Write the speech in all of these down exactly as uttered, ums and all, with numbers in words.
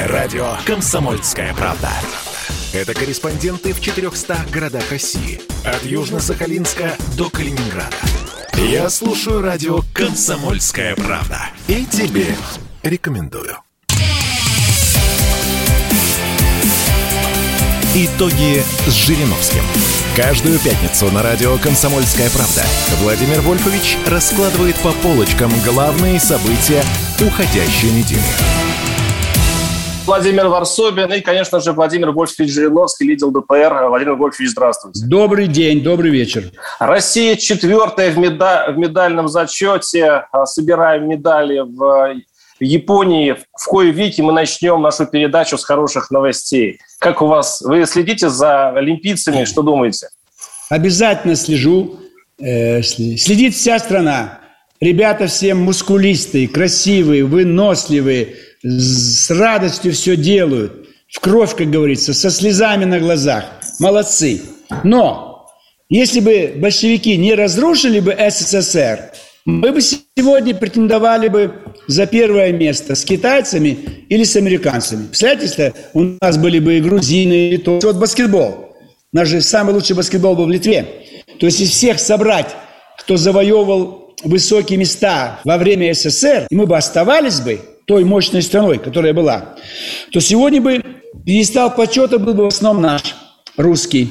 Радио «Комсомольская правда». Это корреспонденты в четырехстах городах России. От Южно-Сахалинска до Калининграда. Я слушаю радио «Комсомольская правда». И тебе рекомендую. Итоги с Жириновским. Каждую пятницу на радио «Комсомольская правда» Владимир Вольфович раскладывает по полочкам главные события уходящей недели. Владимир Варсобин и, конечно же, Владимир Вольфович Жириновский, лидер ЛДПР. Владимир Вольфович, здравствуйте. Добрый день, добрый вечер. Россия четвертая в, меда- в медальном зачете. Собираем медали в Японии. В кои веки мы начнем нашу передачу с хороших новостей. Как у вас? Вы следите за олимпийцами? Что думаете? Обязательно слежу. Следит вся страна. Ребята все мускулистые, красивые, выносливые, с радостью все делают. В кровь, как говорится, со слезами на глазах. Молодцы. Но если бы большевики не разрушили бы СССР, мы бы сегодня претендовали бы за первое место с китайцами или с американцами. Представляете, если у нас были бы и грузины, и то. Вот баскетбол. У нас же самый лучший баскетбол был в Литве. То есть из всех собрать, кто завоевывал высокие места во время СССР, и мы бы оставались бы той мощной страной, которая была, то сегодня бы пьедестал почета был бы в основном наш, русский.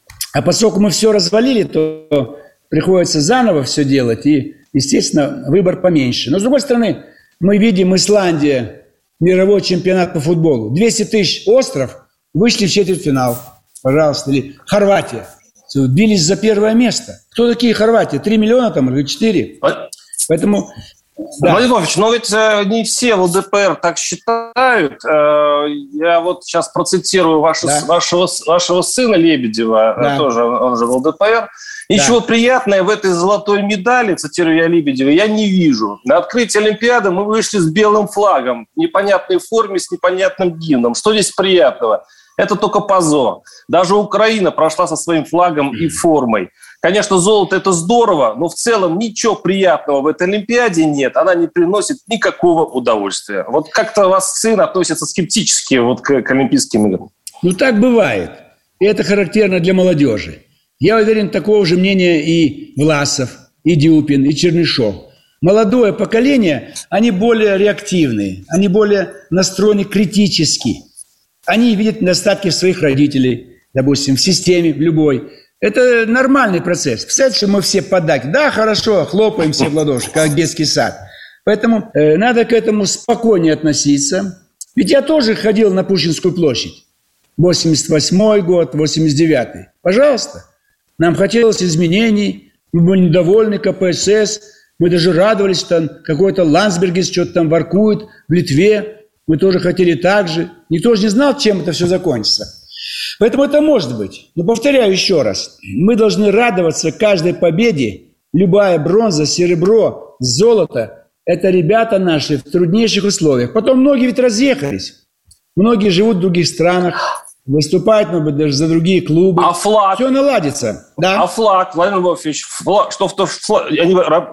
А поскольку мы все развалили, то приходится заново все делать, и, естественно, выбор поменьше. Но, с другой стороны, мы видим Исландия, мировой чемпионат по футболу. двести тысяч остров вышли в четвертьфинал, пожалуйста. Или Хорватия. Бились за первое место. Кто такие Хорватия? Три миллиона там или четыре? Поэтому... Да. Владимир Владимирович, но ведь э, не все в ЛДПР так считают. Э, я вот сейчас процитирую вашу, да. вашего, вашего сына Лебедева, да. э, тоже он же в ЛДПР. Ничего да. приятного в этой золотой медали, цитирую я Лебедева, я не вижу. На открытии Олимпиады мы вышли с белым флагом, в непонятной форме, с непонятным гимном. Что здесь приятного? Это только позор. Даже Украина прошла со своим флагом и формой. Конечно, золото – это здорово, но в целом ничего приятного в этой Олимпиаде нет. Она не приносит никакого удовольствия. Вот как-то у вас сын относится скептически вот к, к Олимпийским играм? Ну, так бывает. И это характерно для молодежи. Я уверен, такого же мнения и Власов, и Дюпин, и Чернышов. Молодое поколение, они более реактивные, они более настроены критически. Они видят недостатки своих родителей, допустим, в системе, в любой. Это нормальный процесс. Представляете, что мы все подать. Да, хорошо, хлопаем все в ладоши, как детский сад. Поэтому э, надо к этому спокойнее относиться. Ведь я тоже ходил на Пушкинскую площадь. восемьдесят восьмой год, восемьдесят девятый. Пожалуйста. Нам хотелось изменений. Мы были недовольны ка пэ эс эс. Мы даже радовались, что какой-то Ландсбергис что-то там воркует в Литве. Мы тоже хотели так же. Никто же не знал, чем это все закончится. Поэтому это может быть. Но повторяю еще раз. Мы должны радоваться каждой победе. Любая бронза, серебро, золото – это ребята наши в труднейших условиях. Потом многие ведь разъехались. Многие живут в других странах, выступают, может быть, даже за другие клубы. А флаг? Все наладится. Да? А флаг, Владимир Вольфович, флаг, что в флаг, они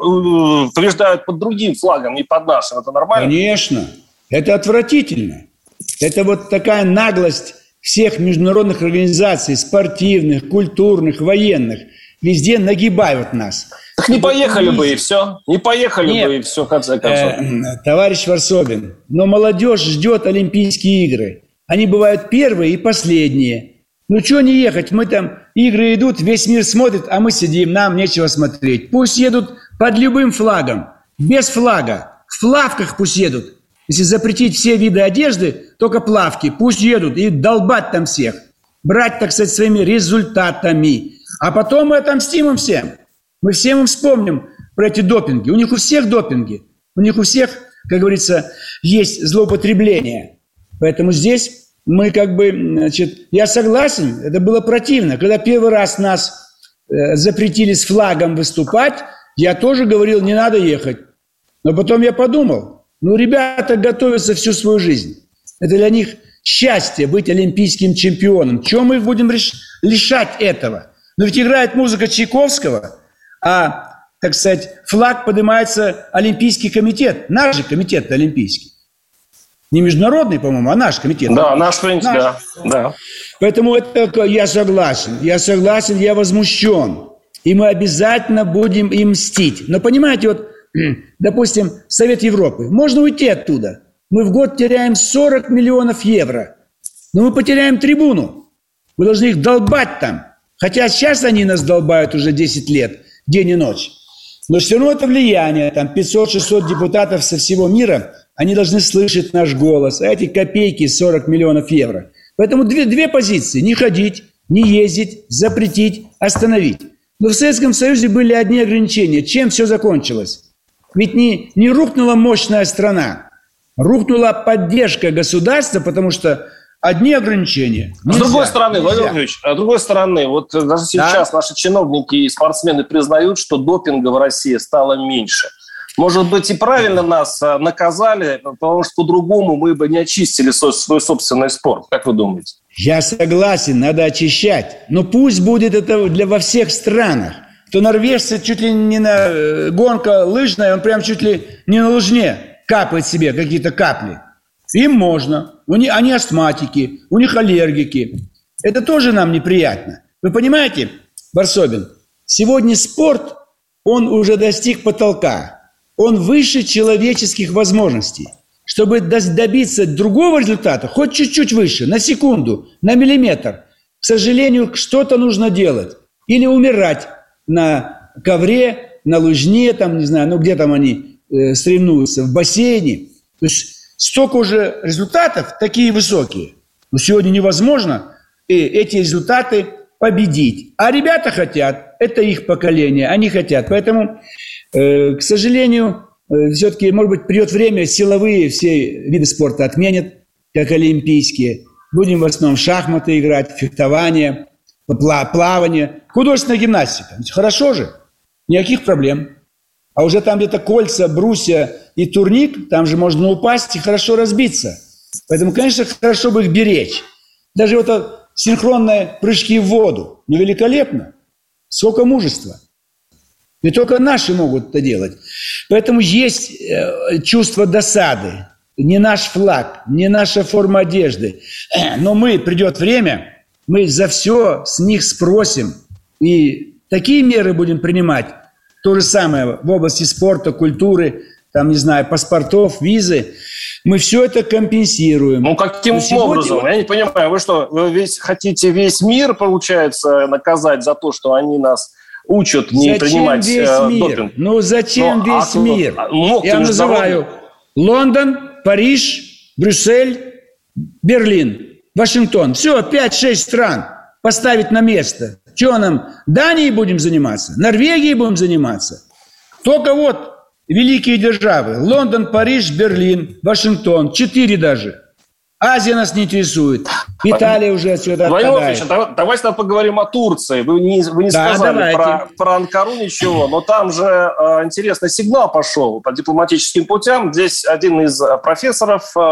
побеждают под другим флагом, не под нашим. Это нормально? Конечно. Это отвратительно. Это вот такая наглость всех международных организаций, спортивных, культурных, военных, везде нагибают нас. Так не поехали бы и все. Не поехали Нет. бы и все, в конце концов. Э, товарищ Варсобин, но молодежь ждет Олимпийские игры. Они бывают первые и последние. Ну, что не ехать? Мы там, игры идут, весь мир смотрит, а мы сидим, нам нечего смотреть. Пусть едут под любым флагом, без флага. В плавках пусть едут. Если запретить все виды одежды, только плавки, пусть едут и долбать там всех. Брать, так сказать, своими результатами. А потом мы отомстим им всем. Мы всем им вспомним про эти допинги. У них у всех допинги. У них у всех, как говорится, есть злоупотребление. Поэтому здесь мы как бы, значит, я согласен, это было противно. Когда первый раз нас э, запретили с флагом выступать, я тоже говорил, не надо ехать. Но потом я подумал, ну, ребята готовятся всю свою жизнь. Это для них счастье быть олимпийским чемпионом. Чего мы их будем лишать этого? Но ведь играет музыка Чайковского, а, так сказать, флаг поднимается Олимпийский комитет. Наш же комитет олимпийский. Не международный, по-моему, а наш комитет. Да, наш комитет, наш. да. да. Поэтому это я согласен. Я согласен, я возмущен. И мы обязательно будем им мстить. Но понимаете, вот, допустим, Совет Европы. Можно уйти оттуда. Мы в год теряем сорок миллионов евро. Но мы потеряем трибуну. Мы должны их долбать там. Хотя сейчас они нас долбают уже десять лет, день и ночь. Но все равно это влияние. Там пятьсот-шестьсот депутатов со всего мира, они должны слышать наш голос. А эти копейки сорок миллионов евро. Поэтому две, две позиции. Не ходить, не ездить, запретить, остановить. Но в Советском Союзе были одни ограничения. Чем все закончилось? Ведь не, не рухнула мощная страна. Рухнула поддержка государства, потому что одни ограничения. Нельзя, с другой стороны, Владимир Владимирович, с другой стороны, вот даже сейчас да? наши чиновники и спортсмены признают, что допинга в России стало меньше. Может быть, и правильно нас наказали, потому что по-другому мы бы не очистили свой собственный спорт. Как вы думаете? Я согласен, надо очищать. Но пусть будет это для, во всех странах. То норвежцы чуть ли не на гонка лыжная, он прям чуть ли не на лыжне капает себе какие-то капли. Им можно. У них, они астматики, у них аллергики. Это тоже нам неприятно. Вы понимаете, Барсобин, сегодня спорт, он уже достиг потолка. Он выше человеческих возможностей. Чтобы добиться другого результата, хоть чуть-чуть выше, на секунду, на миллиметр, к сожалению, что-то нужно делать. Или умирать на ковре, на лыжне, там, не знаю, ну где там они э, соревнуются, в бассейне. То есть столько уже результатов, такие высокие. Но сегодня невозможно э, эти результаты победить. А ребята хотят, это их поколение, они хотят. Поэтому, э, к сожалению, э, все-таки, может быть, придет время, силовые все виды спорта отменят, как олимпийские. Будем в основном в шахматы играть, фехтование, плавание, художественная гимнастика. Хорошо же, никаких проблем. А уже там где-то кольца, брусья и турник, там же можно упасть и хорошо разбиться. Поэтому, конечно, хорошо бы их беречь. Даже вот это синхронные прыжки в воду. Ну, великолепно. Сколько мужества. Не только наши могут это делать. Поэтому есть э, чувство досады. Не наш флаг, не наша форма одежды. Но мы, придет время, мы за все с них спросим. И такие меры будем принимать. То же самое в области спорта, культуры, там, не знаю, паспортов, визы. Мы все это компенсируем. Ну, каким сегодня... образом? Я не понимаю, вы что, вы весь, хотите весь мир, получается, наказать за то, что они нас учат не зачем принимать весь э, мир? допинг? Ну, зачем Но, весь а, мир? Ну, Я называю Лондон, Париж, Брюссель, Берлин, Вашингтон. Все, пять-шесть стран поставить на место. Что нам, Данией будем заниматься? Норвегией будем заниматься? Только вот великие державы. Лондон, Париж, Берлин, Вашингтон. Четыре даже. Азия нас не интересует. Италия уже отсюда отпадает. Владимир, давайте поговорим о Турции. Вы не, вы не да, сказали про, про Анкару ничего, но там же э, интересный сигнал пошел по дипломатическим путям. Здесь один из профессоров э,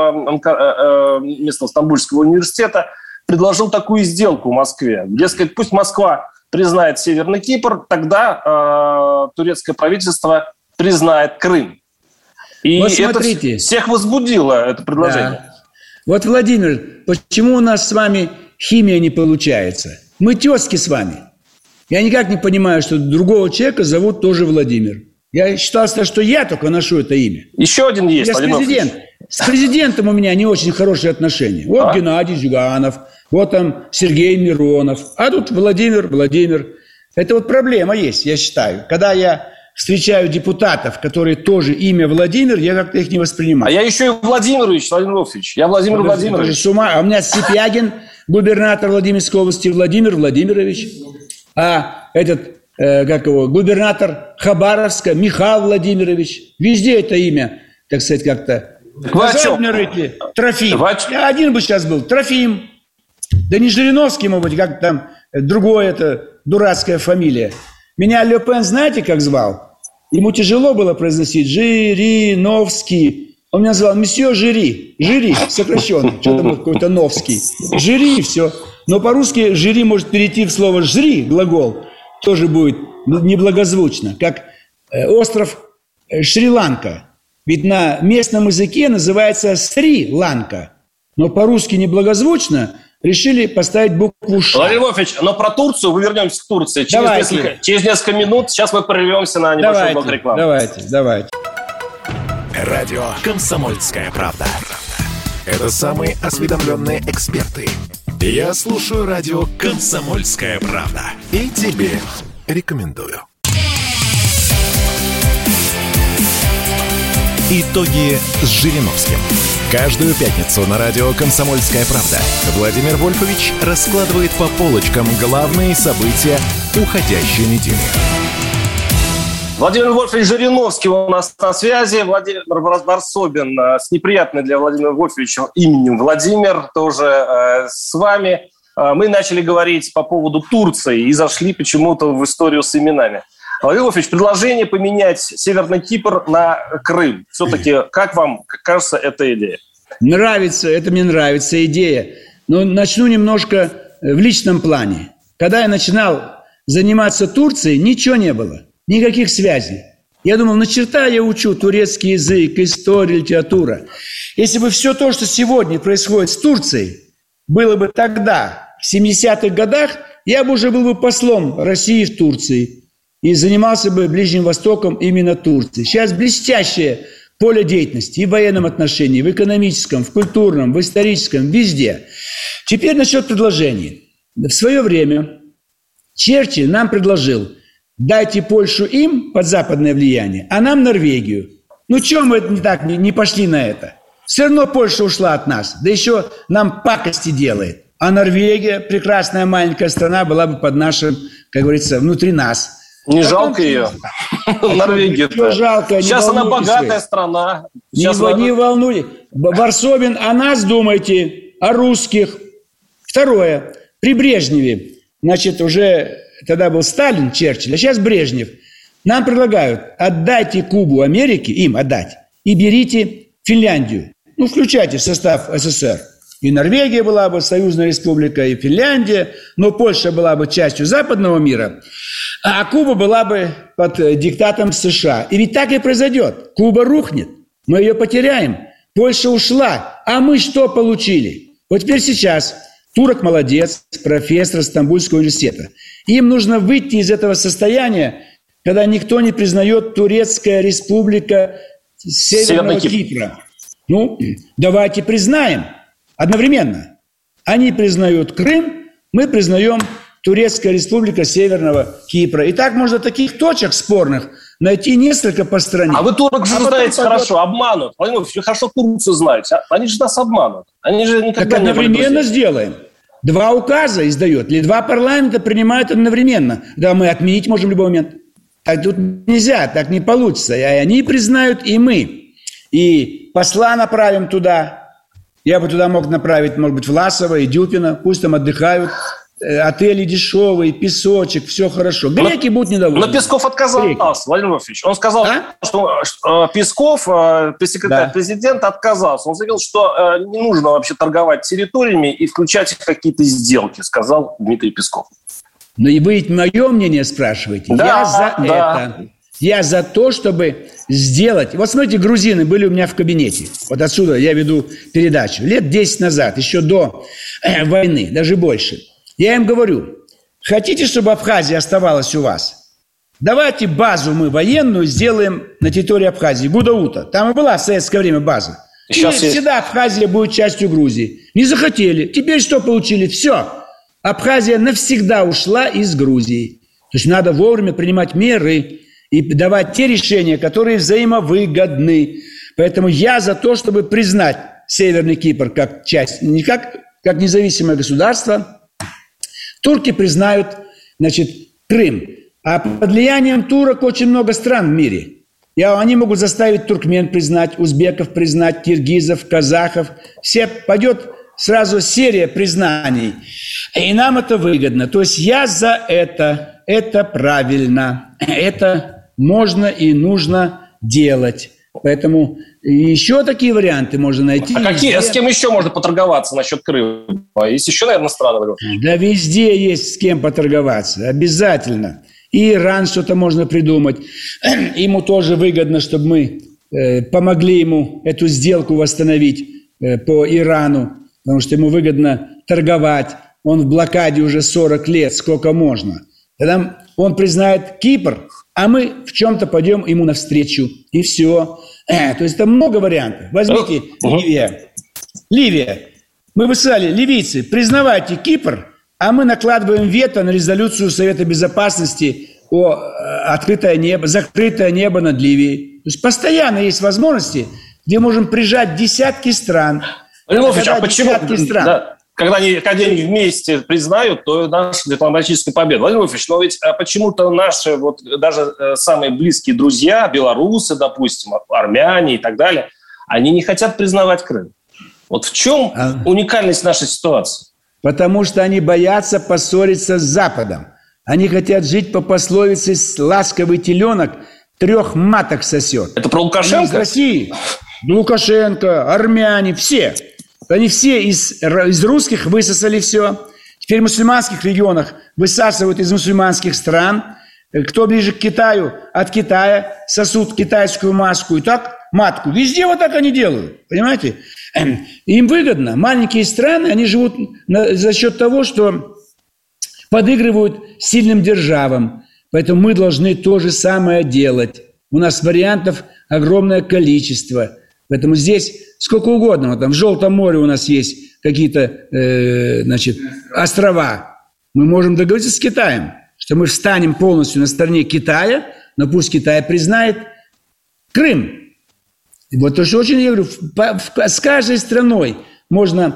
э, местного Стамбульского университета предложил такую сделку Москве. Дескать, пусть Москва признает Северный Кипр, тогда э, турецкое правительство признает Крым. И вот смотрите. Это всех возбудило, это предложение. Да. Вот, Владимир, почему у нас с вами химия не получается? Мы тезки с вами. Я никак не понимаю, что другого человека зовут тоже Владимир. Я считал, что я только ношу это имя. Еще один есть, я с, президент, с президентом у меня не очень хорошие отношения. Вот а? Геннадий Зюганов, вот там Сергей Миронов, а тут Владимир, Владимир. Это вот проблема есть, я считаю. Когда я встречаю депутатов, которые тоже имя Владимир, я как-то их не воспринимаю. А я еще и Владимирович, Владимир Владимирович. Я Владимир это, Владимирович. Это же с ума. А у меня Сипягин, губернатор Владимирской области, Владимир Владимирович. А этот, э, как его, губернатор Хабаровска, Михаил Владимирович. Везде это имя, так сказать, как-то. Рыки, Трофим. Я один бы сейчас был. Трофим. Да не Жириновский, может быть, как там другое это дурацкая фамилия. Меня Ле Пен, знаете, как звал? Ему тяжело было произносить Жириновский. Он меня звал месье Жири. Жири, сокращенно. Что-то был какой-то Новский. Жири, и все. Но по-русски Жири может перейти в слово жри, глагол. Тоже будет неблагозвучно. Как остров Шри-Ланка. Ведь на местном языке называется Шри-Ланка. Но по-русски неблагозвучно решили поставить букву «Ш». Владимир Вольфович, но про Турцию, вы вернемся к Турции через несколько, через несколько минут. Сейчас мы прервемся на небольшой блок рекламы. Давайте, давайте. Радио «Комсомольская правда». Это самые осведомленные эксперты. Я слушаю радио «Комсомольская правда». И тебе рекомендую. Итоги с Жириновским. Каждую пятницу на радио «Комсомольская правда» Владимир Вольфович раскладывает по полочкам главные события уходящей недели. Владимир Вольфович Жириновский у нас на связи. Владимир Варсобин с неприятным для Владимира Вольфовича именем Владимир тоже э, с вами. Э, мы начали говорить по поводу Турции и зашли почему-то в историю с именами. Владимир Вольфович, предложение поменять Северный Кипр на Крым. Все-таки, как вам кажется эта идея? Нравится, это мне нравится идея. Но начну немножко в личном плане. Когда я начинал заниматься Турцией, ничего не было. Никаких связей. Я думал, на черта я учу турецкий язык, историю, литература. Если бы все то, что сегодня происходит с Турцией, было бы тогда, в семидесятых годах, я бы уже был бы послом России в Турции и занимался бы Ближним Востоком именно Турции. Сейчас блестящее поле деятельности и в военном отношении, и в экономическом, в культурном, в историческом, везде. Теперь насчет предложений. В свое время Черчилль нам предложил: дайте Польшу им под западное влияние, а нам Норвегию. Ну, чего мы не так не, не пошли на это? Все равно Польша ушла от нас, да еще нам пакости делает. А Норвегия, прекрасная маленькая страна, была бы под нашим, как говорится, внутри нас. Не жалко ее? Норвегия-то. Жалко. Сейчас она богатая страна. Не волнуйтесь. Варсобин, о нас думайте, о русских. Второе. При Брежневе, значит, уже тогда был Сталин, Черчилль, а сейчас Брежнев. Нам предлагают: отдайте Кубу Америке, им отдать, и берите Финляндию. Ну, включайте в состав СССР. И Норвегия была бы союзная республика, и Финляндия, но Польша была бы частью западного мира, а Куба была бы под диктатом США. И ведь так и произойдет. Куба рухнет, мы ее потеряем. Польша ушла, а мы что получили? Вот теперь сейчас турок молодец, профессор Стамбульского университета. Им нужно выйти из этого состояния, когда никто не признает Турецкая республика Северного Кипра. Ну, давайте признаем одновременно. Они признают Крым, мы признаем Турецкая республика Северного Кипра. И так можно таких точек спорных найти несколько по стране. А вы турок же а знаете потом... хорошо, обманут. Владимир Ильич, вы хорошо Турцию знаете. Они же нас обманут. Они же никогда так не одновременно сделаем. Два указа издает, или два парламента принимают одновременно. Да, мы отменить можем в любой момент. Так тут нельзя, так не получится. И они признают, и мы. И посла направим туда. Я бы туда мог направить, может быть, Власова и Дюпина. Пусть там отдыхают. Отели дешевые, песочек, все хорошо. Греки но, будут недовольны. Но Песков отказался, Греки. Владимир Вольфович. Он сказал, а? что, что Песков, пресс-секретарь да. президента, отказался. Он заявил, что не нужно вообще торговать территориями и включать их в какие-то сделки, сказал Дмитрий Песков. Ну и вы ведь мое мнение спрашиваете. Да, Я за да. это. Я за то, чтобы сделать... Вот смотрите, грузины были у меня в кабинете. Вот отсюда я веду передачу. Лет десять назад, еще до э, войны, даже больше. Я им говорю: хотите, чтобы Абхазия оставалась у вас? Давайте базу мы военную сделаем на территории Абхазии, Гудаута. Там и была в советское время база. Сейчас и есть... всегда Абхазия будет частью Грузии. Не захотели. Теперь что получили? Все. Абхазия навсегда ушла из Грузии. То есть надо вовремя принимать меры и давать те решения, которые взаимовыгодны. Поэтому я за то, чтобы признать Северный Кипр как часть, не как, как независимое государство. Турки признают, значит, Крым. А под влиянием турок очень много стран в мире. И они могут заставить туркмен признать, узбеков признать, киргизов, казахов. Все пойдет сразу серия признаний. И нам это выгодно. То есть я за это. Это правильно. Это можно и нужно делать. Поэтому еще такие варианты можно найти. А какие? С кем еще можно поторговаться насчет Крыма? Есть еще, наверное, страны. Да везде есть с кем поторговаться. Обязательно. И Иран что-то можно придумать. Ему тоже выгодно, чтобы мы э, помогли ему эту сделку восстановить э, по Ирану, потому что ему выгодно торговать. Он в блокаде уже сорок лет, сколько можно. Тогда он признает Кипр, а мы в чем-то пойдем ему навстречу. И все. Э, то есть там много вариантов. Возьмите Ливия. Ливия. Мы высылали, ливийцы, признавайте Кипр, а мы накладываем вето на резолюцию Совета Безопасности о открытое небо, закрытое небо над Ливией. То есть постоянно есть возможности, где можем прижать десятки стран. Львович, а почему? Да, когда, они, когда они вместе признают, то наша дипломатическая победа. Владимир Львович, но ведь почему-то наши вот даже самые близкие друзья, белорусы, допустим, армяне и так далее, они не хотят признавать Крым. Вот в чем а... уникальность нашей ситуации? Потому что они боятся поссориться с Западом. Они хотят жить по пословице «ласковый теленок трех маток сосет». Это про Лукашенко? Они из России. Лукашенко, армяне, все. Они все из, из русских высосали все. Теперь в мусульманских регионах высасывают из мусульманских стран. Кто ближе к Китаю, от Китая сосут китайскую маску. И так матку. Везде вот так они делают. Понимаете? Им выгодно. Маленькие страны, они живут на, за счет того, что подыгрывают сильным державам. Поэтому мы должны то же самое делать. У нас вариантов огромное количество. Поэтому здесь сколько угодно. Вот там в Желтом море у нас есть какие-то э, значит, острова. Мы можем договориться с Китаем, что мы встанем полностью на стороне Китая, но пусть Китай признает Крым. И вот то, что очень я говорю, по, в, с каждой страной можно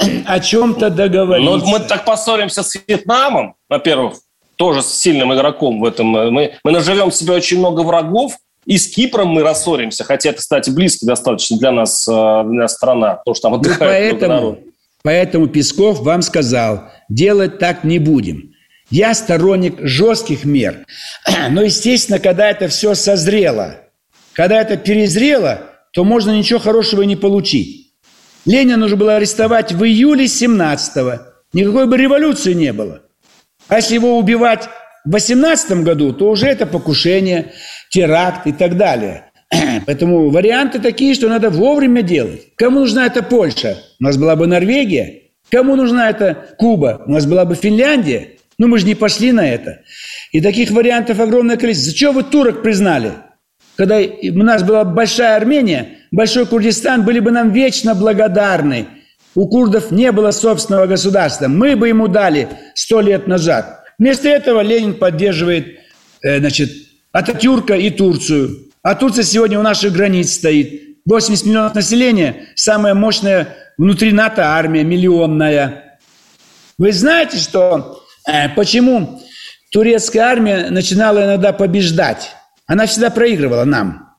о чем-то договориться. Но мы так поссоримся с Вьетнамом, во-первых, тоже с сильным игроком в этом. Мы, мы наживем себе очень много врагов, и с Кипром мы рассоримся, хотя это, кстати, близко достаточно для нас, для страна, потому что там отдыхает много народу. Поэтому Песков вам сказал, делать так не будем. Я сторонник жестких мер. Но, естественно, когда это все созрело, когда это перезрело, то можно ничего хорошего не получить. Ленина нужно было арестовать в июле семнадцатого. Никакой бы революции не было. А если его убивать в восемнадцатом году, то уже это покушение, теракт и так далее. Поэтому варианты такие, что надо вовремя делать. Кому нужна эта Польша? У нас была бы Норвегия. Кому нужна эта Куба? У нас была бы Финляндия. Но мы же не пошли на это. И таких вариантов огромное количество. Зачем вы турок признали? Когда у нас была большая Армения, большой Курдистан, были бы нам вечно благодарны. У курдов не было собственного государства. Мы бы ему дали сто лет назад. Вместо этого Ленин поддерживает э, значит, Ататюрка и Турцию. А Турция сегодня у наших границ стоит. восемьдесят миллионов населения, самая мощная внутри НАТО армия, миллионная. Вы знаете, что, э, почему турецкая армия начинала иногда побеждать? Она всегда проигрывала нам.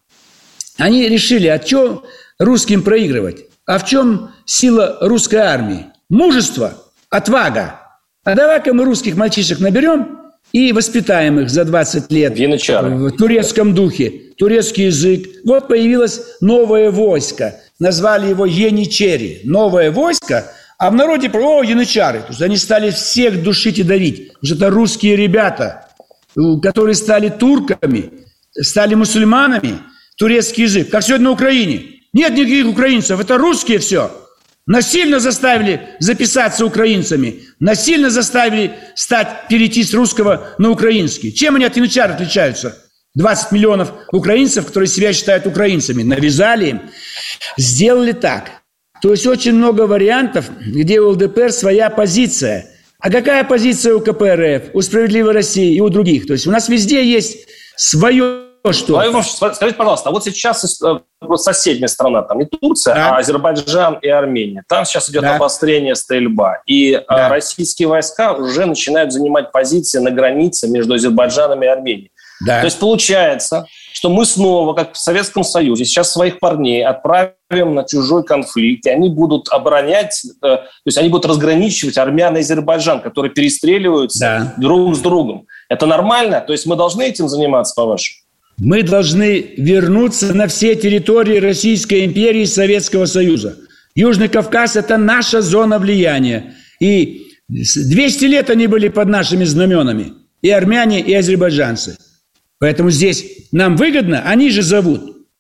Они решили, а что русским проигрывать? А в чем сила русской армии? Мужество, отвага. А давай-ка мы русских мальчишек наберем и воспитаем их за двадцать лет Янычары. В турецком духе. Турецкий язык. Вот появилось новое войско. Назвали его Яничери. Новое войско. А в народе, о, янычары. То есть они стали всех душить и давить. Потому что это русские ребята, которые стали турками, стали мусульманами. Турецкий язык. Как сегодня на Украине. Нет никаких украинцев. Это русские все. Насильно заставили записаться украинцами. Насильно заставили стать, перейти с русского на украинский. Чем они от янычар отличаются? двадцать миллионов украинцев, которые себя считают украинцами. Навязали им. Сделали так. То есть очень много вариантов, где у ЛДПР своя позиция. А какая позиция у ка пэ эр эф, у «Справедливой России» и у других? То есть у нас везде есть свое что-то. Скажите, пожалуйста, а вот сейчас вот соседняя страна, там не Турция, да. а Азербайджан и Армения. Там сейчас идет да. обострение, стрельба. И да. российские войска уже начинают занимать позиции на границе между Азербайджаном и Арменией. Да. То есть получается, что мы снова, как в Советском Союзе, сейчас своих парней отправим на чужой конфликт, и они будут оборонять, то есть они будут разграничивать армян и Азербайджан, которые перестреливаются да. друг с другом. Это нормально? То есть мы должны этим заниматься, по-вашему? Мы должны вернуться на все территории Российской империи и Советского Союза. Южный Кавказ – это наша зона влияния. И двести лет они были под нашими знаменами. И армяне, и азербайджанцы. Поэтому здесь нам выгодно, они же зовут.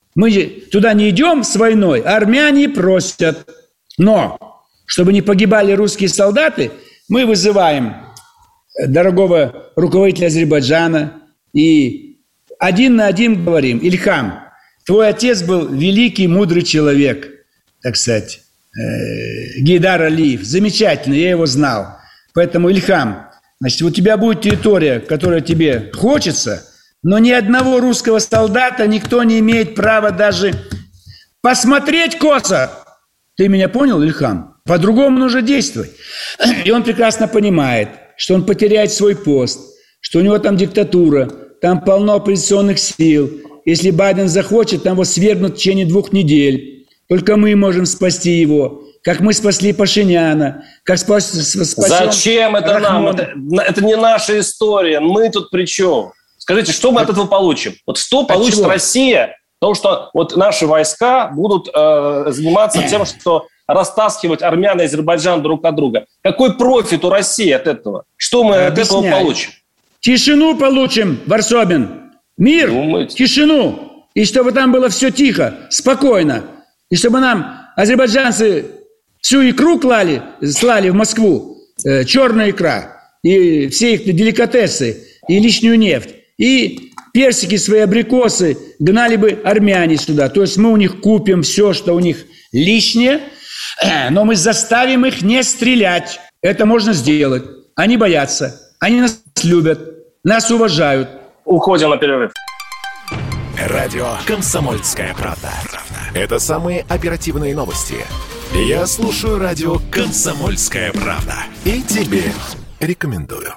Мы туда не идем с войной, а армяне просят. Но, чтобы не погибали русские солдаты, мы вызываем дорогого руководителя Азербайджана и один на один говорим: Ильхам, твой отец был великий, мудрый человек, так сказать, э, Гейдар Алиев, замечательный, я его знал. Поэтому, Ильхам, значит, у тебя будет территория, которая тебе хочется, но ни одного русского солдата никто не имеет права даже посмотреть косо. Ты меня понял, Ильхам? По-другому нужно действовать. И он прекрасно понимает, что он потеряет свой пост, что у него там диктатура, там полно оппозиционных сил. Если Байден захочет, там его свергнут в течение двух недель. Только мы можем спасти его, как мы спасли Пашиняна, как спас, спасем... Зачем это Рахмона. нам? Это, это не наша история. Мы тут при чем? Скажите, что мы от этого получим? Вот что получит Россия? Потому что вот наши войска будут э, заниматься тем, что растаскивать армян и Азербайджан друг от друга. Какой профит у России от этого? Что мы Объясняю. от этого получим? Тишину получим, Варсобин. Мир, Думаете? тишину. И чтобы там было все тихо, спокойно. И чтобы нам азербайджанцы всю икру клали, слали в Москву, э, черная икра, и все их деликатесы, и лишнюю нефть, и персики, свои абрикосы гнали бы армяне сюда. То есть мы у них купим все, что у них лишнее, но мы заставим их не стрелять. Это можно сделать. Они боятся, они нас любят, нас уважают. Уходим на перерыв. Радио «Комсомольская правда». Это самые оперативные новости. Я слушаю радио «Комсомольская правда». И тебе рекомендую.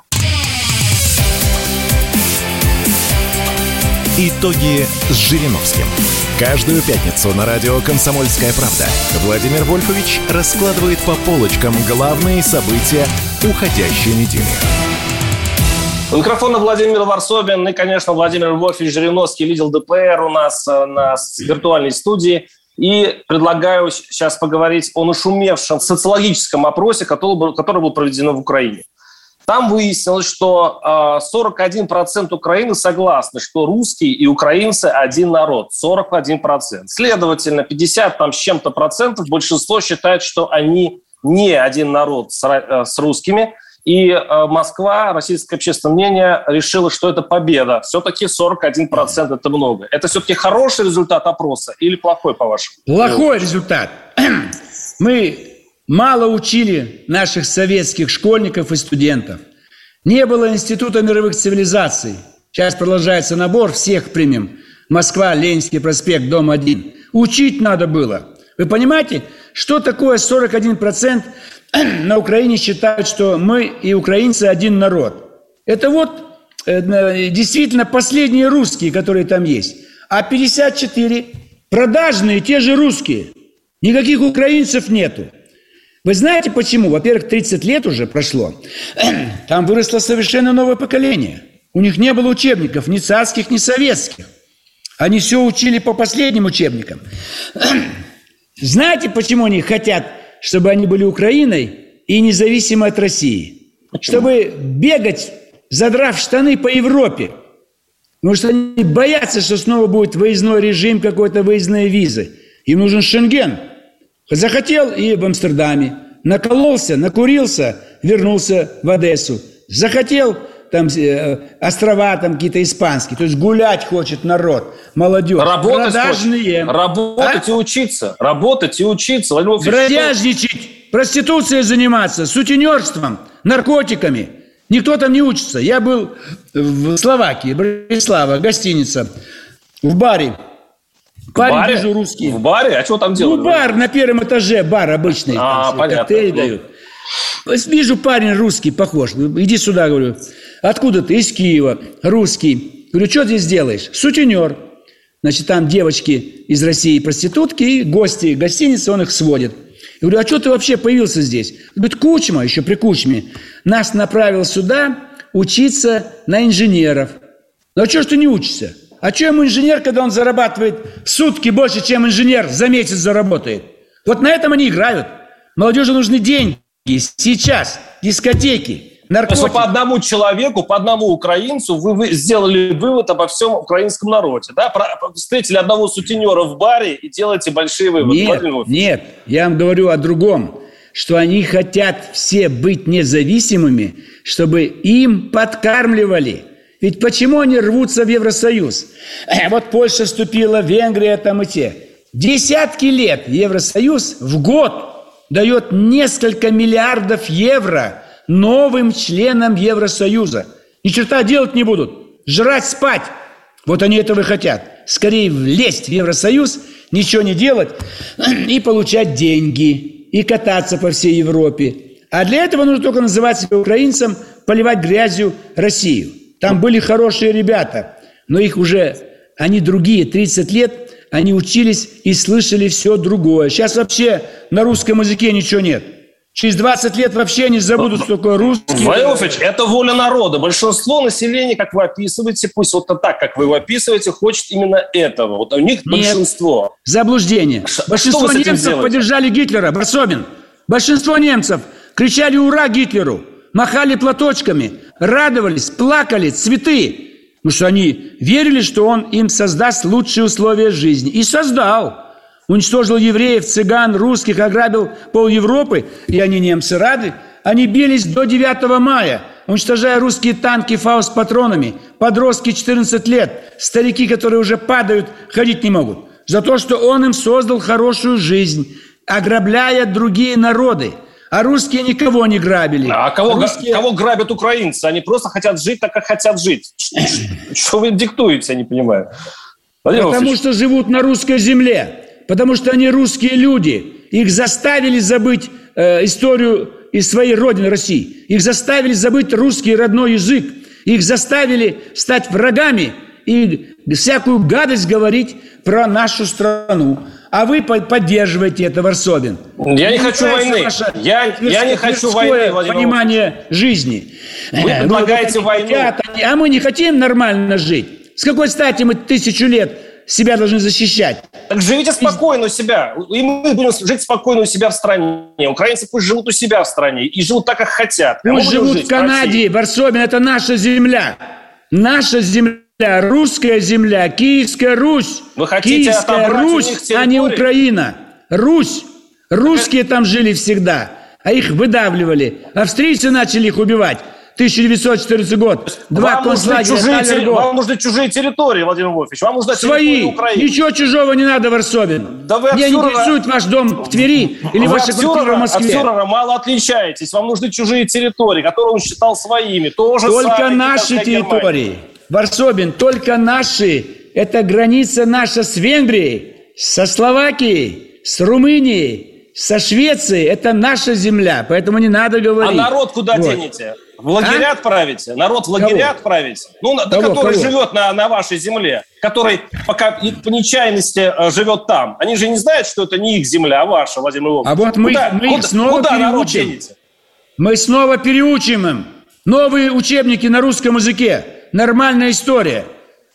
Итоги с Жириновским. Каждую пятницу на радио «Комсомольская правда» Владимир Вольфович раскладывает по полочкам главные события уходящей недели. У микрофона Владимир Варсобин и, конечно, Владимир Вольфович Жириновский, лидер ДПР у нас на виртуальной студии. И предлагаю сейчас поговорить о нашумевшем социологическом опросе, который был, который был проведен в Украине. Там выяснилось, что сорок один процент Украины согласны, что русские и украинцы один народ. сорок один процент. Следовательно, пятьдесят там с чем-то процентов большинство считает, что они не один народ с, с русскими. И Москва, российское общественное мнение, решило, что это победа. Все-таки сорок один процент это много. Это все-таки хороший результат опроса или плохой, по-вашему? Плохой результат. Мы мало учили наших советских школьников и студентов. Не было Института мировых цивилизаций. Сейчас продолжается набор, всех примем. Москва, Ленинский проспект, дом один. Учить надо было. Вы понимаете, что такое сорок один процент на Украине считают, что мы и украинцы один народ? Это вот э, действительно последние русские, которые там есть. А пятьдесят четыре продажные, те же русские. Никаких украинцев нету. Вы знаете почему? Во-первых, тридцать лет уже прошло. Там выросло совершенно новое поколение. У них не было учебников, ни царских, ни советских. Они все учили по последним учебникам. Знаете, почему они хотят, чтобы они были Украиной и независимы от России? Почему? Чтобы бегать, задрав штаны по Европе. Потому что они боятся, что снова будет выездной режим, какой-то выездные визы. Им нужен Шенген. Захотел и в Амстердаме. Накололся, накурился, вернулся в Одессу. Захотел там э, острова там какие-то испанские. То есть гулять хочет народ, молодежь. Работать Продажные. Хочет. Работать а? и учиться. Работать и учиться. Бродяжничать, проституцией заниматься, сутенерством, наркотиками. Никто там не учится. Я был в Словакии, Братислава, гостиница, в баре. Парень, баре? вижу, русский. В баре? А что там делают? Ну, бар на первом этаже, бар обычный. А, там, понятно. Коктейли дают. Вижу, парень русский, похож. Иди сюда, говорю. Откуда ты? Из Киева. Русский. Говорю, что здесь делаешь? Сутенер. Значит, там девочки из России, проститутки, и гости гостиницы, он их сводит. Я говорю, а что ты вообще появился здесь? Говорит, Кучма, еще при Кучме, нас направил сюда учиться на инженеров. Ну, а что ж ты не учишься? А что ему инженер, когда он зарабатывает в сутки больше, чем инженер за месяц заработает? Вот на этом они играют. Молодежи нужны деньги. Сейчас дискотеки, наркотики. То есть по одному человеку, по одному украинцу вы, вы сделали вывод обо всем украинском народе, да? Про, встретили одного сутенера в баре и делаете большие выводы. Нет, нет, я вам говорю о другом, что они хотят все быть независимыми, чтобы им подкармливали. Ведь почему они рвутся в Евросоюз? Вот Польша вступила, Венгрия там и те. Десятки лет Евросоюз в год дает несколько миллиардов евро новым членам Евросоюза. Ни черта делать не будут. Жрать, спать. Вот они этого и хотят. Скорее влезть в Евросоюз, ничего не делать и получать деньги. И кататься по всей Европе. А для этого нужно только называть себя украинцем, поливать грязью Россию. Там были хорошие ребята, но их уже, они другие, тридцать лет, они учились и слышали все другое. Сейчас вообще на русском языке ничего нет. Через двадцать лет вообще не забудут, что такое русский. Владимир Вольфович, это воля народа. Большинство населения, как вы описываете, пусть вот так, как вы его описываете, хочет именно этого. Вот у них Нет. большинство. Заблуждение. Ш- Большинство немцев поддержали Гитлера, Барсобин. Большинство немцев кричали «Ура!» Гитлеру, махали платочками, радовались, плакали, цветы. Потому что они верили, что он им создаст лучшие условия жизни. И создал. Уничтожил евреев, цыган, русских, ограбил пол Европы. И они, немцы, рады. Они бились до девятого мая, уничтожая русские танки «Фау» с патронами. Подростки четырнадцать лет, старики, которые уже падают, ходить не могут. За то, что он им создал хорошую жизнь, ограбляя другие народы. А русские никого не грабили. А кого, русские... кого грабят украинцы? Они просто хотят жить так, как хотят жить. Что вы диктуете, я не понимаю. Потому что живут на русской земле. Потому что они русские люди. Их заставили забыть э, историю из своей родины России. Их заставили забыть русский родной язык. Их заставили стать врагами и всякую гадость говорить про нашу страну. А вы поддерживаете это, Варсобин. Я не хочу войны. Я, я не хочу войны, Владимир понимание жизни. Вы предлагаете ну, войну. Хотят, а мы не хотим нормально жить. С какой стати мы тысячу лет себя должны защищать? Так живите спокойно у себя. И мы будем жить спокойно у себя в стране. Украинцы пусть живут у себя в стране и живут так, как хотят. Пусть живут в Канаде, в Варсобин. Это наша земля. Наша земля. Русская земля, Киевская Русь. Вы хотите Киевская Русь, а не Украина. Русь. Русские там жили всегда, а их выдавливали. Австрийцы начали их убивать. тысяча девятьсот четырнадцатый год. Два вам, концлагеря. Нужны чужие, вам нужны чужие территории, Владимир Вольфович. Вам нужна свои. Украины. Ничего чужого не надо, Варсобин. Да вы Меня не интересует ваш дом в Твери или вы ваша квартира в Москве. От фюрера мало отличаетесь. Вам нужны чужие территории, которые он считал своими. То же Только самое, наши территории. Германия. Варсобин, только наши. Это граница наша с Венгрией, со Словакией, с Румынией, со Швецией. Это наша земля, поэтому не надо говорить. А народ куда вот. денете? В лагеря а? отправите? Народ в лагеря Кого? отправите? Ну, Кого? который Кого? живет на, на вашей земле, который пока по нечаянности э, живет там. Они же не знают, что это не их земля, а ваша, Владимир Вольфович. А вот мы, куда, мы куда, их снова куда переучим. Мы снова переучим им. Новые учебники на русском языке. Нормальная история.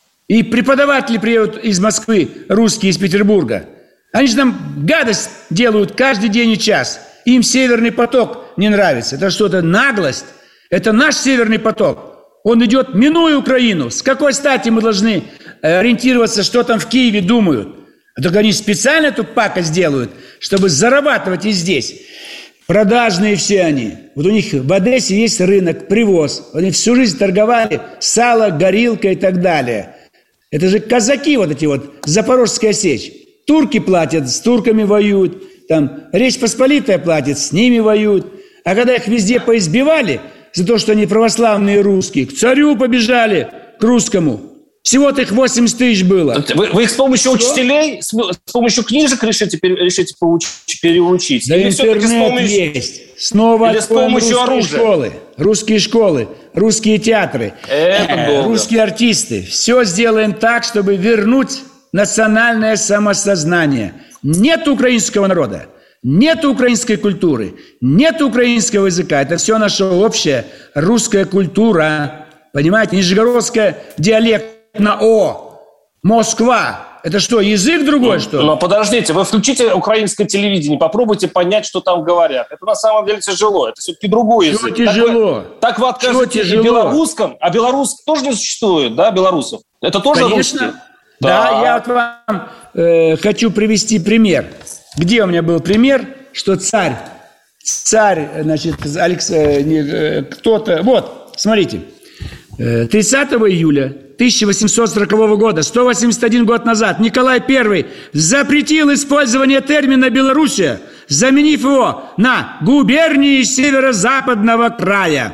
И преподаватели приедут из Москвы, русские из Петербурга. Они же нам гадость делают каждый день и час. Им Северный поток не нравится. Это что-то наглость. Это наш Северный поток. Он идет, минуя Украину. С какой стати мы должны ориентироваться, что там в Киеве думают? А только они специально эту пакость делают, чтобы зарабатывать и здесь. Продажные все они. Вот у них в Одессе есть рынок, привоз. Они всю жизнь торговали сало, горилка и так далее. Это же казаки вот эти вот, Запорожская сечь. Турки платят, с турками воюют. Там Речь Посполитая платит, с ними воюют. А когда их везде поизбивали за то, что они православные русские, к царю побежали, к русскому. Всего-то их восемьдесят тысяч было. Вы, вы их с помощью что? учителей, с, с помощью книжек решите, решите переучить? Да или интернет с помощью... есть. Снова или с помощью русские оружия? Школы, русские школы, русские театры, э, русские артисты. Все сделаем так, чтобы вернуть национальное самосознание. Нет украинского народа, нет украинской культуры, нет украинского языка. Это все наша общая русская культура. Понимаете, нижегородская диалект на О. Москва. Это что, язык другой, что ли? Но подождите, вы включите украинское телевидение, попробуйте понять, что там говорят. Это на самом деле тяжело. Это все-таки другой язык. Чего тяжело? Так вы, так вы откажете и белорусском, а белорус тоже не существует, да, белорусов? Это тоже Конечно. русские? Да, да, я вот вам э, хочу привести пример. Где у меня был пример, что царь, царь, значит, Алекс, э, кто-то, вот, смотрите, э, тридцатого июля тысяча восемьсот сорокового года, сто восемьдесят один год назад, Николай Первый запретил использование термина «Белоруссия», заменив его на «губернии северо-западного края».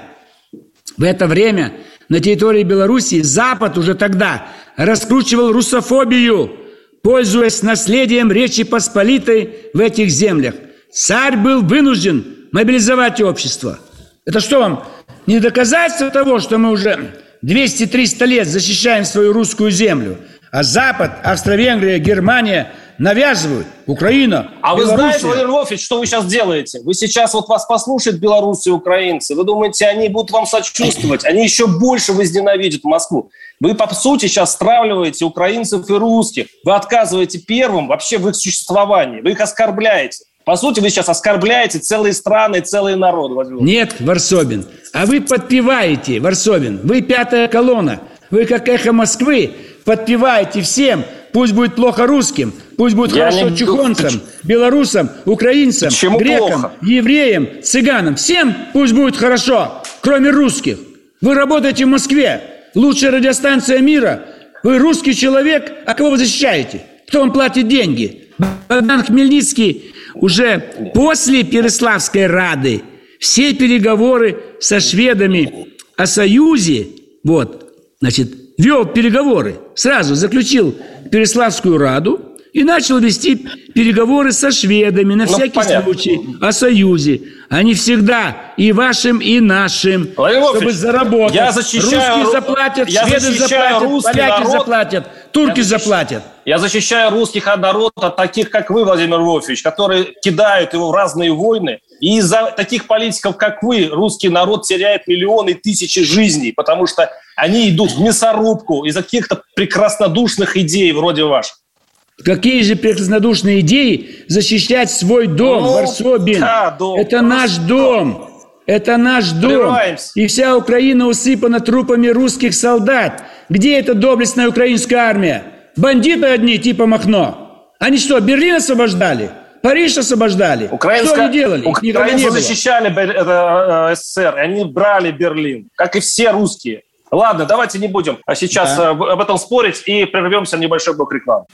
В это время на территории Белоруссии Запад уже тогда раскручивал русофобию, пользуясь наследием Речи Посполитой в этих землях. Царь был вынужден мобилизовать общество. Это что вам, не доказательство того, что мы уже двести-триста лет защищаем свою русскую землю, а Запад, Австро-Венгрия, Германия навязывают, Украина, А Белоруссия. вы знаете, Владимир Львович, что вы сейчас делаете? Вы сейчас, вот вас послушают белорусы и украинцы, вы думаете, они будут вам сочувствовать, они еще больше возненавидят Москву. Вы, по сути, сейчас стравливаете украинцев и русских. Вы отказываете первым вообще в их существовании, вы их оскорбляете. По сути, вы сейчас оскорбляете целые страны, целые народы. Нет, Варсобин, а вы подпеваете, Варсобин, вы пятая колонна, вы как эхо Москвы подпеваете всем, пусть будет плохо русским, пусть будет Я хорошо не... чухонцам, белорусам, украинцам, Почему грекам, плохо? евреям, цыганам, всем пусть будет хорошо, кроме русских. Вы работаете в Москве, лучшая радиостанция мира, вы русский человек, а кого вы защищаете? Кто вам платит деньги? Богдан Хмельницкий уже после Переславской Рады все переговоры со шведами о союзе, вот, значит, вел переговоры, сразу заключил Переславскую Раду и начал вести переговоры со шведами на ну, всякий понятно. случай о союзе. Они всегда и вашим, и нашим, Владимир чтобы Вович, заработать. Я защищаю, Русские заплатят, я шведы заплатят, поляки народ, заплатят, турки я заплатят. Я защищаю русских народ от таких, как вы, Владимир Львович, которые кидают его в разные войны. И из-за таких политиков, как вы, русский народ теряет миллионы, тысячи жизней, потому что они идут в мясорубку из-за каких-то прекраснодушных идей вроде ваших. Какие же прекраснодушные идеи защищать свой дом, ну, Варсобин? Да, дом. Это наш дом. Это наш дом. И вся Украина усыпана трупами русских солдат. Где эта доблестная украинская армия? Бандиты одни, типа Махно. Они что, Берлин освобождали? Париж освобождали? Украинская... Что они делали? Украинцы защищали СССР, и они брали Берлин, как и все русские. Ладно, давайте не будем сейчас да. об этом спорить и прервемся на небольшой блок рекламы.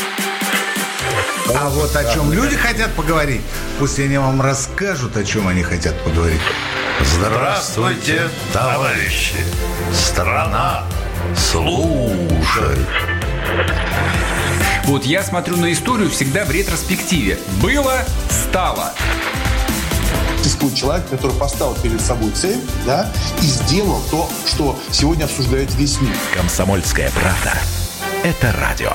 А вот о чем люди хотят поговорить, пусть они вам расскажут, о чем они хотят поговорить. Здравствуйте, товарищи! Страна слушает. Вот я смотрю на историю всегда в ретроспективе. Было, стало. Существует человек, который поставил перед собой цель, да, и сделал то, что сегодня обсуждает весь мир. «Комсомольская правда» – это радио.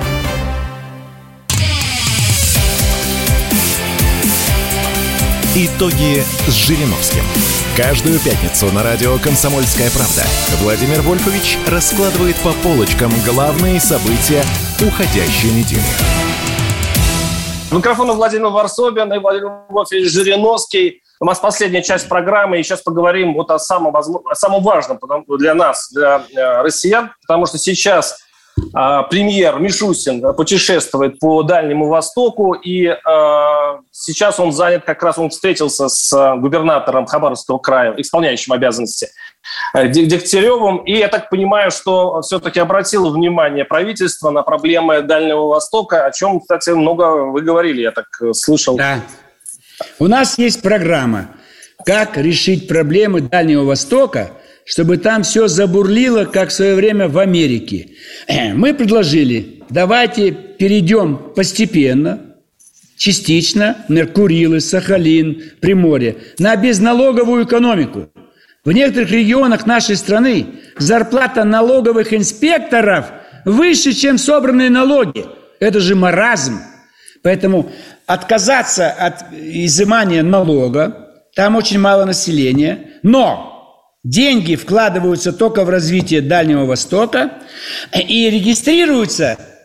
Итоги с Жириновским. Каждую пятницу на радио «Комсомольская правда» Владимир Вольфович раскладывает по полочкам главные события уходящей недели. Микрофон Владимир Варсобин и Владимир Вольфович Жириновский. У нас последняя часть программы, и сейчас поговорим вот о самом, о самом важном для нас, для россиян, потому что сейчас э, премьер Мишустин путешествует по Дальнему Востоку, и э, сейчас он занят, как раз он встретился с губернатором Хабаровского края, исполняющим обязанности Дегтяревым, и я так понимаю, что все-таки обратило внимание правительство на проблемы Дальнего Востока, о чем, кстати, много вы говорили, я так слышал. Да. У нас есть программа, как решить проблемы Дальнего Востока, чтобы там все забурлило, как в свое время в Америке. Мы предложили, давайте перейдем постепенно, частично, например, Курилы, Сахалин, Приморье, на безналоговую экономику. В некоторых регионах нашей страны зарплата налоговых инспекторов выше, чем собранные налоги. Это же маразм. Поэтому отказаться от изымания налога, там очень мало населения, но деньги вкладываются только в развитие Дальнего Востока и регистрируются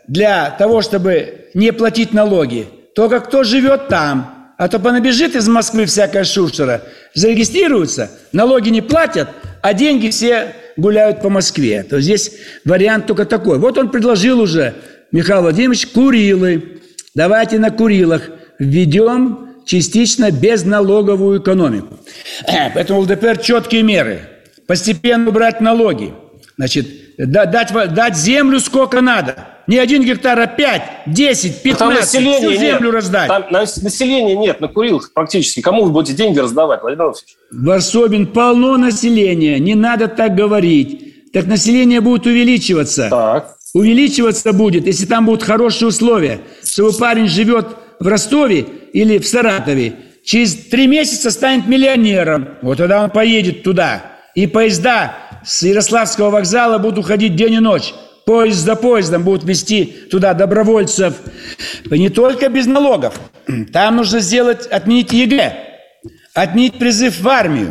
для того, чтобы не платить налоги, только кто живет там. А то понабежит из Москвы всякая шушера, зарегистрируются, налоги не платят, а деньги все гуляют по Москве. То здесь вариант только такой. Вот он предложил уже, Михаил Владимирович, Курилы. Давайте на Курилах введем частично безналоговую экономику. Поэтому ЛДПР четкие меры. Постепенно убрать налоги. Значит, дать, дать землю сколько надо. Не один гектар, а пять, десять, пятнадцать. Всю землю нет. раздать. Там населения нет на Курилах практически. Кому вы будете деньги раздавать, Владимир Владимирович? Варсобин, полно населения. Не надо так говорить. Так население будет увеличиваться. Так. Увеличиваться будет, если там будут хорошие условия. Чтобы парень живет в Ростове или в Саратове, через три месяца станет миллионером. Вот тогда он поедет туда. И поезда с Ярославского вокзала будут уходить день и ночь. Поезд за поездом будут везти туда добровольцев. Не только без налогов. Там нужно сделать, отменить ЕГЭ. Отменить призыв в армию.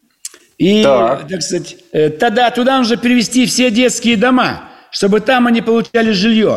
И, так, так сказать, тогда туда нужно перевести все детские дома, чтобы там они получали жилье.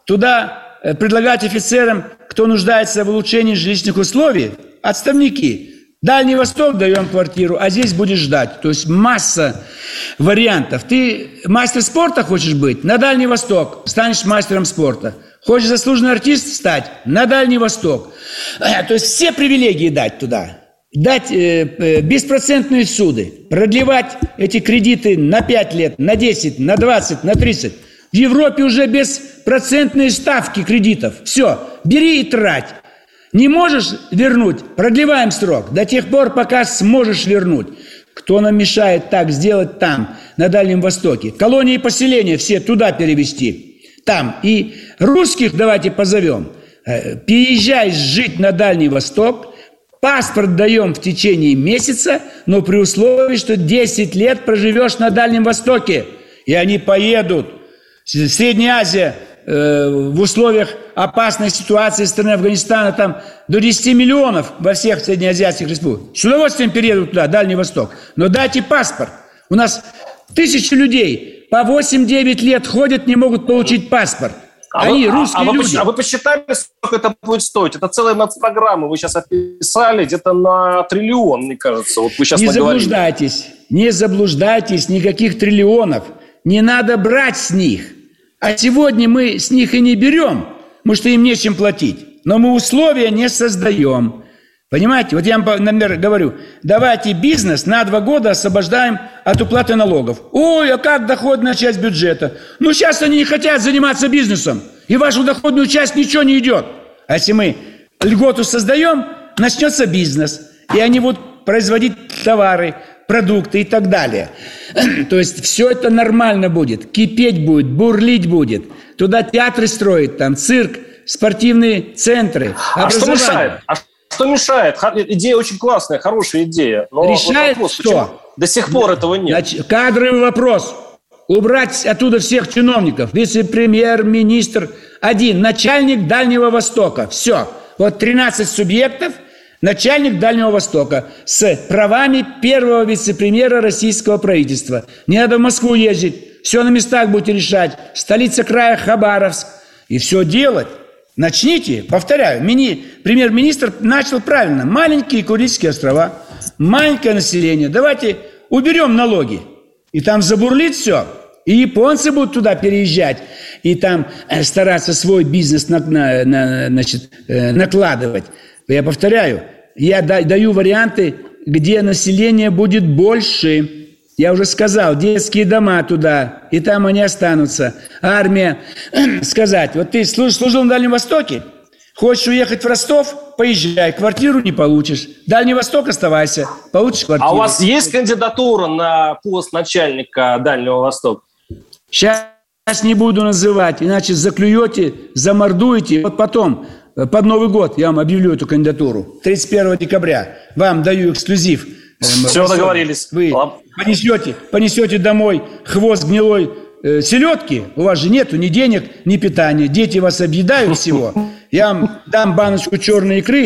Туда предлагать офицерам, кто нуждается в улучшении жилищных условий, отставники. Дальний Восток даем квартиру, а здесь будешь ждать. То есть масса вариантов. Ты мастер спорта хочешь быть? На Дальний Восток станешь мастером спорта. Хочешь заслуженный артист стать? На Дальний Восток. То есть все привилегии дать туда. Дать э, э, беспроцентные суды. Продлевать эти кредиты на пять лет, на десять, на двадцать, на тридцать. В Европе уже беспроцентные ставки кредитов. Все, бери и трать. Не можешь вернуть? Продлеваем срок. До тех пор, пока сможешь вернуть. Кто нам мешает так сделать там, на Дальнем Востоке? Колонии и поселения все туда перевести. Там. И русских давайте позовем. Переезжай жить на Дальний Восток. Паспорт даем в течение месяца, но при условии, что десять лет проживешь на Дальнем Востоке. И они поедут. Средняя Азия э, в условиях опасной ситуации страны Афганистана, там до десяти миллионов во всех среднеазиатских республиках. С удовольствием переедут туда, Дальний Восток. Но дайте паспорт. У нас тысячи людей по восемь-девять лет ходят, не могут получить паспорт. А Они вы, русские а, а люди. Вы, а вы посчитали, сколько это будет стоить? Это целая нацпрограмма. Вы сейчас описали где-то на триллион, мне кажется. Вот вы сейчас не наговорили. заблуждайтесь, не заблуждайтесь, никаких триллионов. Не надо брать с них. А сегодня мы с них и не берем, потому что им нечем платить. Но мы условия не создаем. Понимаете? Вот я вам, например, говорю, давайте бизнес на два года освобождаем от уплаты налогов. Ой, а как доходная часть бюджета? Ну, сейчас они не хотят заниматься бизнесом. И в вашу доходную часть ничего не идет. А если мы льготу создаем, начнется бизнес. И они будут производить товары, продукты и так далее. То есть все это нормально будет. Кипеть будет, бурлить будет. Туда театры строить, там цирк, спортивные центры, а что мешает? А что мешает? Идея очень классная, хорошая идея. Но решает вопрос, что? До сих пор этого нет. Значит, кадровый вопрос. Убрать оттуда всех чиновников. Вице-премьер, министр. Один. Начальник Дальнего Востока. Все. Вот тринадцать субъектов. Начальник Дальнего Востока с правами первого вице-премьера российского правительства. Не надо в Москву ездить. Все на местах будете решать. Столица края Хабаровск. И все делать. Начните, повторяю, мини, премьер-министр начал правильно. Маленькие Курильские острова, маленькое население. Давайте уберем налоги. И там забурлит все. И японцы будут туда переезжать. И там стараться свой бизнес на, на, на, значит, накладывать. Я повторяю, я даю варианты, где население будет больше. Я уже сказал, детские дома туда, и там они останутся. Армия, сказать, вот ты служил на Дальнем Востоке, хочешь уехать в Ростов, поезжай, квартиру не получишь. Дальний Восток оставайся, получишь квартиру. А у вас есть кандидатура на пост начальника Дальнего Востока? Сейчас не буду называть, иначе заклюете, замордуете. Вот потом, под Новый год, я вам объявлю эту кандидатуру. тридцать первого декабря вам даю эксклюзив. Все, договорились. Вы понесете, понесете домой хвост гнилой э, селедки. У вас же нету ни денег, ни питания. Дети вас объедают всего. Я вам дам баночку черной икры.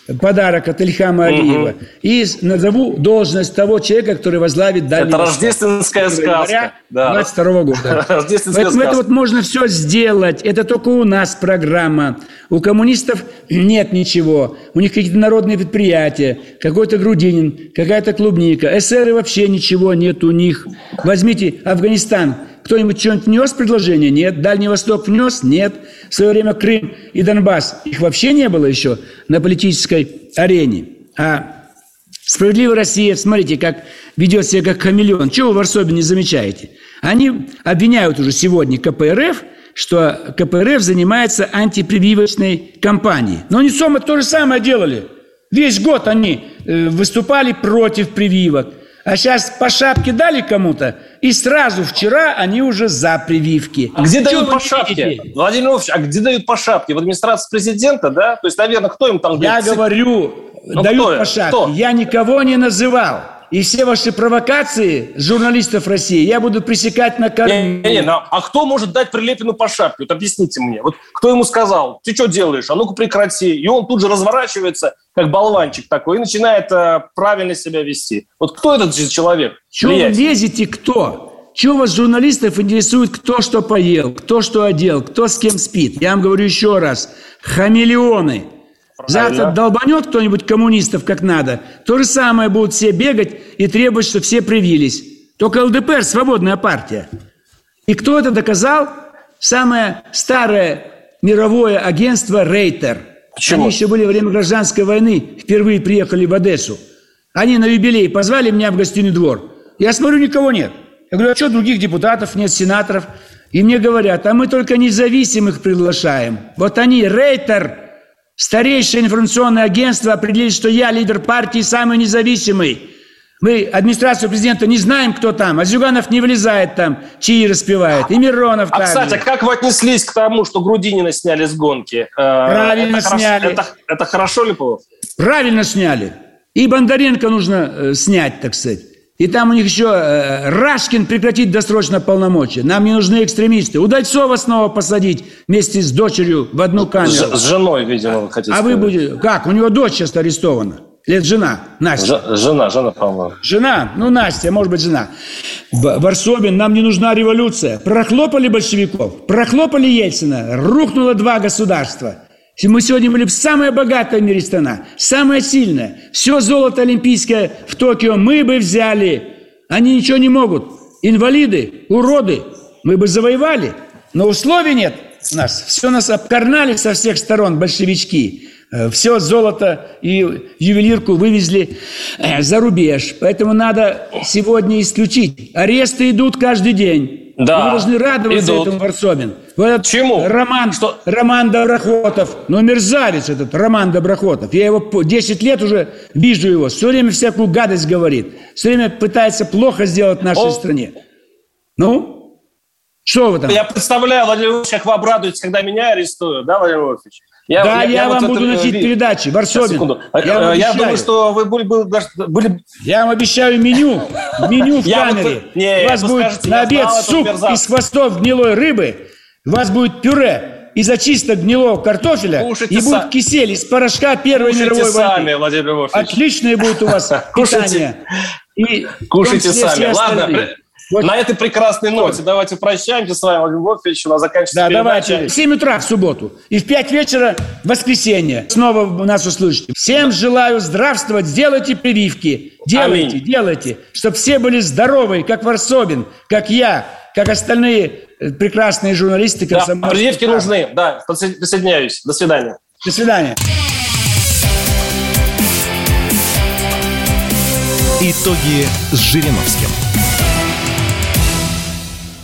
подарок от Ильхама Алиева. Угу. И назову должность того человека, который возглавит Дальний Это Восток. Рождественская сказка. двадцать второго года. Поэтому сказка. Это вот можно все сделать. Это только у нас программа. У коммунистов нет ничего. У них какие-то народные предприятия, какой-то Грудинин, какая-то клубника. Эсеры вообще ничего нет у них. Возьмите Афганистан. Кто-нибудь что-нибудь внес предложение? Нет. Дальний Восток внес? Нет. В свое время Крым и Донбасс. Их вообще не было еще на политической арене. А «Справедливая Россия», смотрите, как ведет себя как хамелеон. Чего вы в Варсобе не замечаете? Они обвиняют уже сегодня ка пэ эр эф, что ка пэ эр эф занимается антипрививочной кампанией. Но они сами то же самое делали. Весь год они э, выступали против прививок. А сейчас по шапке дали кому-то, и сразу вчера они уже за прививки. А где дают по шапке? Владимир Владимирович, а где дают по шапке? В администрации президента, да? То есть, наверное, кто им там... Я говорю, ну, дают кто? по шапке. Кто? Я никого не называл. И все ваши провокации журналистов России я буду пресекать на корню. Не, не, не, ну, а кто может дать Прилепину по шапке? Вот объясните мне. Вот кто ему сказал, ты что делаешь? А ну-ка прекрати. И он тут же разворачивается, как болванчик такой, и начинает э, правильно себя вести. Вот кто этот человек? Чего вы лезете, кто? Чего вас, журналистов, интересует, кто что поел, кто что одел, кто с кем спит? Я вам говорю еще раз. Хамелеоны. Завтра долбанет кто-нибудь коммунистов как надо, то же самое будут все бегать и требовать, чтобы все привились. Только эл дэ пэ эр – свободная партия. И кто это доказал? Самое старое мировое агентство «Рейтер». Почему? Они еще были во время гражданской войны, впервые приехали в Одессу. Они на юбилей позвали меня в гостиный двор. Я смотрю, никого нет. Я говорю, а что других депутатов нет, сенаторов? И мне говорят, а мы только независимых приглашаем. Вот они, «Рейтер», старейшее информационное агентство, определили, что я лидер партии, самый независимый. Мы администрацию президента не знаем, кто там. А Зюганов не влезает там, чаи распевает. И Миронов там. А, кстати, а как вы отнеслись к тому, что Грудинина сняли с гонки? Правильно это сняли. Хорошо, это, это хорошо ли было? Правильно сняли. И Бондаренко нужно э, снять, так сказать. И там у них еще э, Рашкин прекратить досрочно полномочия. Нам не нужны экстремисты. Удальцова снова посадить вместе с дочерью в одну камеру. С, с женой, видимо, вы хотите А сказать. Вы будете... Как? У него дочь сейчас арестована. Или жена? Настя. Ж, жена, жена, по-моему. Жена? Ну, Настя, может быть, жена. Варсобин, нам не нужна революция. Прохлопали большевиков, прохлопали Ельцина, рухнуло два государства. Мы сегодня были самая богатая в мире страна, самая сильная. Все золото олимпийское в Токио мы бы взяли. Они ничего не могут. Инвалиды, уроды. Мы бы завоевали. Но условий нет у нас. Все нас обкарнали со всех сторон большевички. Все золото и ювелирку вывезли за рубеж. Поэтому надо сегодня исключить. Аресты идут каждый день. Да, вы должны радоваться идут. Этому, Варсобин. Вот чему? Роман, Что? Роман Доброхотов. Ну, мерзавец этот Роман Доброхотов. Я его десять лет уже вижу его. Все время всякую гадость говорит. Все время пытается плохо сделать нашей О. стране. Ну? Что вы там? Я представляю, Владимир Владимирович, как вы обрадуетесь, когда меня арестуют. Да, Владимир Владимирович? Я, да, я, я, я вам вот буду это... носить передачи. Варсобин. Я, я думаю, что вы были, были, были... Я вам обещаю меню. Меню в камере. Не, у вас будет на обед суп из хвостов гнилой рыбы. У вас будет пюре из очисток гнилого картофеля. Кушайте и будет кисель из порошка Первой Кушайте мировой сами, войны. Владимир Владимирович. Отличное будет у вас питание. И Кушайте сами. Ладно. Вот. На этой прекрасной ноте давайте прощаемся с вами, Владимир Владимирович. У нас заканчивается да, передача. Давайте. В семь утра в субботу. И в пять вечера в воскресенье. Снова нас услышите. Всем желаю здравствовать. Сделайте прививки. Делайте, Аминь. делайте. Чтобы все были здоровы, как Варсобин, как я, как остальные прекрасные журналисты. Да, прививки нужны. Да, присоединяюсь. До свидания. До свидания. Итоги с Жириновским.